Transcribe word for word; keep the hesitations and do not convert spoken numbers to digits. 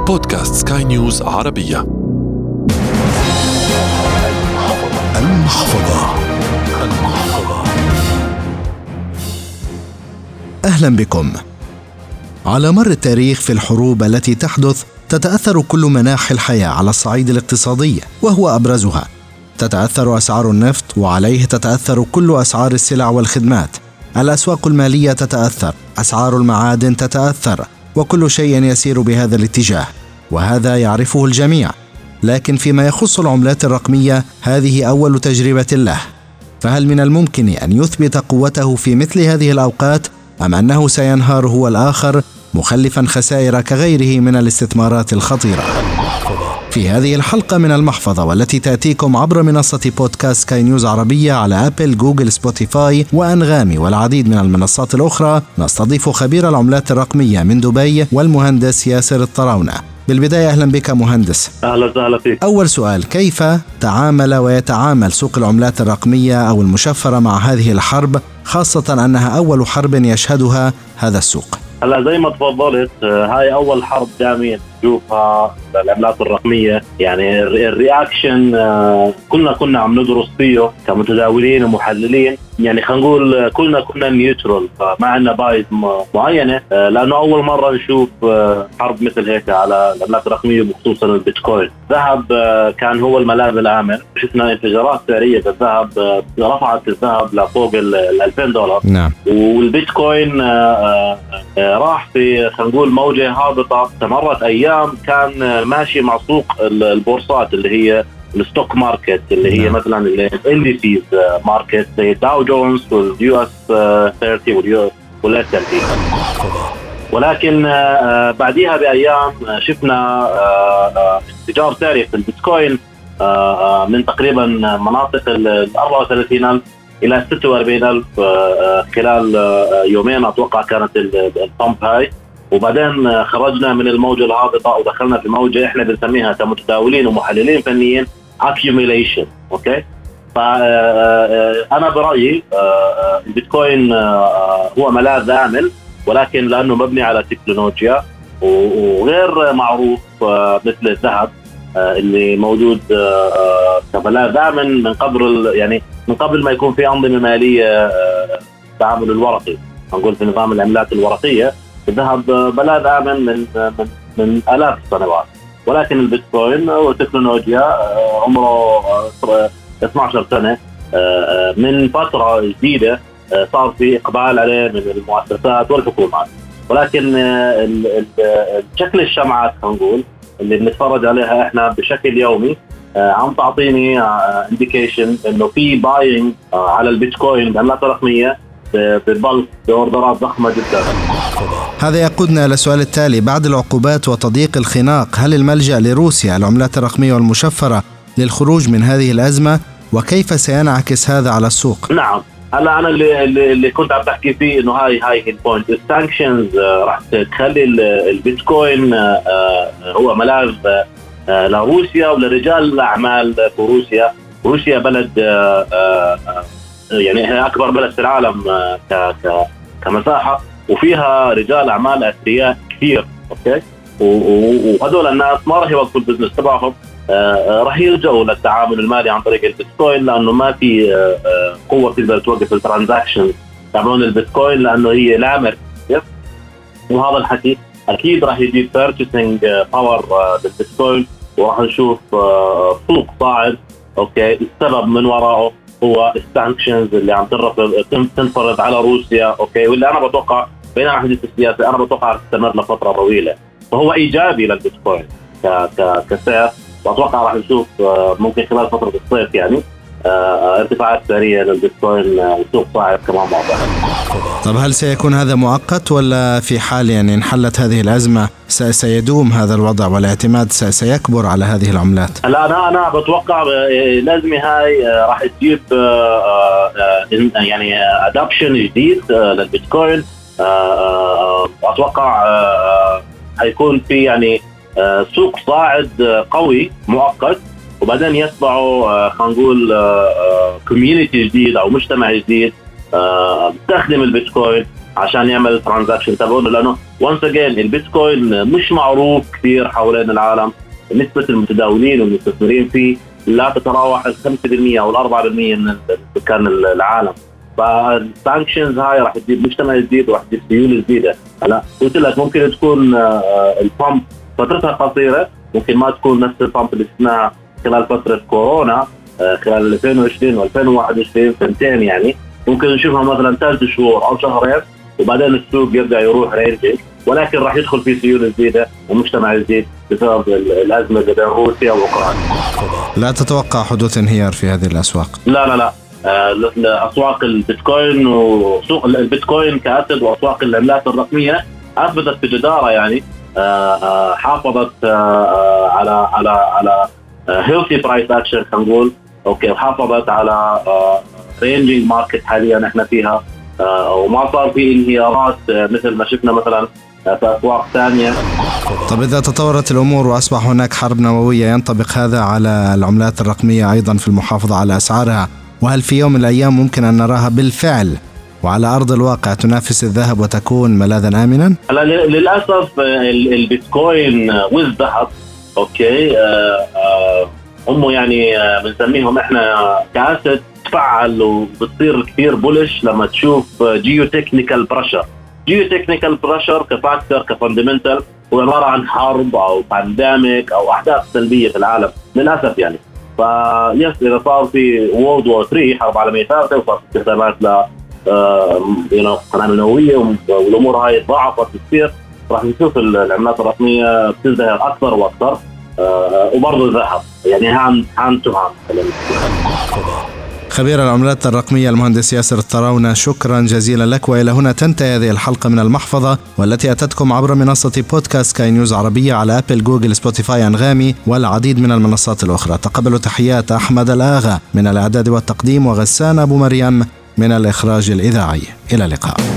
بودكاست سكاي نيوز عربية. المحفظة. المحفظة. أهلا بكم. على مر التاريخ في الحروب التي تحدث تتأثر كل مناحي الحياة على الصعيد الاقتصادي، وهو أبرزها. تتأثر أسعار النفط، وعليه تتأثر كل أسعار السلع والخدمات. الأسواق المالية تتأثر، أسعار المعادن تتأثر، وكل شيء يسير بهذا الاتجاه، وهذا يعرفه الجميع. لكن فيما يخص العملات الرقمية، هذه أول تجربة له، فهل من الممكن أن يثبت قوته في مثل هذه الأوقات، أم أنه سينهار هو الآخر مخلفا خسائر كغيره من الاستثمارات الخطيرة؟ في هذه الحلقة من المحفظة، والتي تأتيكم عبر منصة بودكاست سكاي نيوز عربية على أبل، جوجل، سبوتيفاي وأنغامي والعديد من المنصات الأخرى، نستضيف خبير العملات الرقمية من دبي والمهندس ياسر الطراونة. بالبداية أهلا بك مهندس. أهلا وسهلا فيك. أول سؤال، كيف تعامل ويتعامل سوق العملات الرقمية أو المشفرة مع هذه الحرب، خاصة أنها أول حرب يشهدها هذا السوق؟ هلا زي ما تفضلت، هاي أول حرب دائما نشوفها العملات الرقمية. يعني الرياكشن كلنا كنا عم ندرس فيه كمتداولين ومحللين. يعني خلينا نقول كلنا كنا نيوترال، ما عندنا بايز معينة، لأنه أول مرة نشوف حرب مثل هيك على العملات الرقمية، بخصوصا البيتكوين. الذهب كان هو الملاذ الآمن، شفنا انفجارات سعرية بالذهب، رفعت الذهب لفوق ال ألفين دولار. نعم. والبيتكوين راح في خلينا نقول موجة هابطة، استمرت أيام، كان ماشي مع سوق البورصات اللي هي الستوك ماركت، اللي هي نعم. مثلا الانديسيز ماركت زي داو جونز واليو اس ثلاثين واليو اس ثلاثين. ولكن بعديها بأيام شفنا انفجار سعري في البيتكوين من تقريبا مناطق ال أربعة وثلاثين ألف إلى ستة وأربعين ألف خلال يومين أتوقع كانت البامب هاي. وبعدين خرجنا من الموجة الهابطة ودخلنا في موجة إحنا بنسميها كمتداولين ومحللين فنيين accumulation. أوكي، فأنا برأيي البيتكوين هو ملاذ آمن، ولكن لأنه مبني على تكنولوجيا وغير معروف مثل الذهب اللي موجود كملاذ آمن من قبل، يعني من قبل ما يكون في أنظمة مالية تعامل الورقي، نقول في نظام العملات الورقية. الذهب ملاذ آمن من من من آلاف السنوات، ولكن البيتكوين هو تكنولوجيا عمره اثنتي عشرة سنة. من فترة جديدة صار في إقبال عليه من المؤسسات والحكومات، ولكن شكل الشمعات نقول اللي بنتفرج عليها احنا بشكل يومي عم تعطيني انديكيشن انه في باينج على البيتكوين بعملات رقمية بالبلك بأوردرات ضخمة جدا. هذا يقودنا إلى السؤال التالي، بعد العقوبات وتضييق الخناق، هل الملجأ لروسيا العملات الرقمية والمشفرة للخروج من هذه الأزمة، وكيف سينعكس هذا على السوق؟ نعم، هلا أنا اللي, اللي كنت عم بحكي فيه إنه هاي هاي البوينت. السانكشنز راح تخلي البيتكوين هو ملاذ لروسيا ولرجال الأعمال في روسيا. روسيا بلد يعني هي أكبر بلد في العالم كمساحة، وفيها رجال أعمال أثرياء كثير. أوكي، وهذول الناس ما راح يوقفوا البزنس تبعهم، راح يلجأوا للتعامل المالي عن طريق البيتكوين، لأنه ما في قوة تقدر توقف الترانزاكشن تعملون البيتكوين، لأنه هي لا مركزية. وهذا الحكي أكيد راح يجيب purchasing power بالبيتكوين، وراح نشوف سوق صاعد. أوكي، السبب من وراءه هو السانكشنز اللي عم تنفرض على روسيا. أوكي، واللي أنا بتوقع بين حديث السياسة أنا بتوقع تستمر لفترة طويلة، فهو إيجابي للبيتكوين كسعر. وأتوقع راح نشوف ممكن خلال فترة الصيف يعني ارتفاعات سعرية للبيتكوين وسوق صاعد كمان واضح. طب هل سيكون هذا مؤقت، ولا في حال يعني انحلت هذه الأزمة سيدوم هذا الوضع والاعتماد سيكبر على هذه العملات؟ لا، أنا أنا بتوقع الأزمة هاي راح تجيب يعني أدابشن جديد للبيتكوين. أتوقع هيكون في يعني سوق صاعد قوي مؤقت، وبعدين يتبعوا خلينا نقول كوميونيتي جديد أو مجتمع جديد بتستخدم البيتكوين عشان يعمل ترانزاكشن تبعونه، لأنه وانس اجين البيتكوين مش معروف كثير حوالين العالم. نسبة المتداولين والمستثمرين فيه لا تتراوح ال خمسة بالمئة أو أربعة بالمئة من سكان العالم. فالسانكشنز هاي راح تزيد مجتمع جديد وراح تزيد سيولة جديدة. هلا قلت لك ممكن تكون البامب فترتها قصيرة، ممكن ما تكون نفس البامب اللي شفناها خلال فترة كورونا خلال ألفين وعشرين وألفين وواحد وعشرين، سنتين يعني. ممكن نشوفها مثلا ثلاث شهور أو شهرين وبعدين السوق يرجع يروح رينجينج، ولكن راح يدخل في سيولة جديدة ومجتمع جديد بسبب الأزمة بين روسيا وأوكرانيا. لا تتوقع حدوث انهيار في هذه الأسواق؟ لا لا لا آه، أسواق البيتكوين وسوق البيتكوين كأسد وأسواق العملات الرقمية أثبتت بجدارة يعني. آه، آه، حافظت آه، على على على healthy price action خلينا نقول أوكي، وحافظت على آه، ranging market حاليا احنا فيها، آه، وما صار في انهيارات آه، مثل ما شفنا مثلا آه، في أسواق ثانية. طب إذا تطورت الأمور وأصبح هناك حرب نووية، ينطبق هذا على العملات الرقمية أيضا في المحافظة على أسعارها؟ وهل في يوم من الأيام ممكن أن نراها بالفعل وعلى أرض الواقع تنافس الذهب وتكون ملاذا آمنا؟ للأسف البيتكوين والذهب أوكي آه، آه، هم يعني بنسميهم إحنا كأسد تفعل وبتصير كثير بولش لما تشوف جيو تكنيكال بريشر. جيو تكنيكال بريشر كفاكتور كفاندمنتال هو عبارة عن حرب أو بانديميك أو أحداث سلبية في العالم للأسف يعني. فيس إذا صار في وورد وور ثلاثة حرب عالمية ثالثة وصار استخدامات ل قنابل نووية والأمور هاي ضاعفت كثير، راح نشوف العملات الرقمية بتزدهر أكثر وأكثر. أه وبرضه الذهب يعني هان هان تو هان. خبير العملات الرقمية المهندس ياسر الطراونة، شكرا جزيلا لك. وإلى هنا تنتهي هذه الحلقة من المحفظة، والتي أتتكم عبر منصة بودكاست سكاي نيوز عربية على أبل، جوجل، سبوتيفاي، أنغامي والعديد من المنصات الأخرى. تقبلوا تحيات أحمد الآغا من الإعداد والتقديم، وغسان أبو مريم من الإخراج الإذاعي. إلى اللقاء.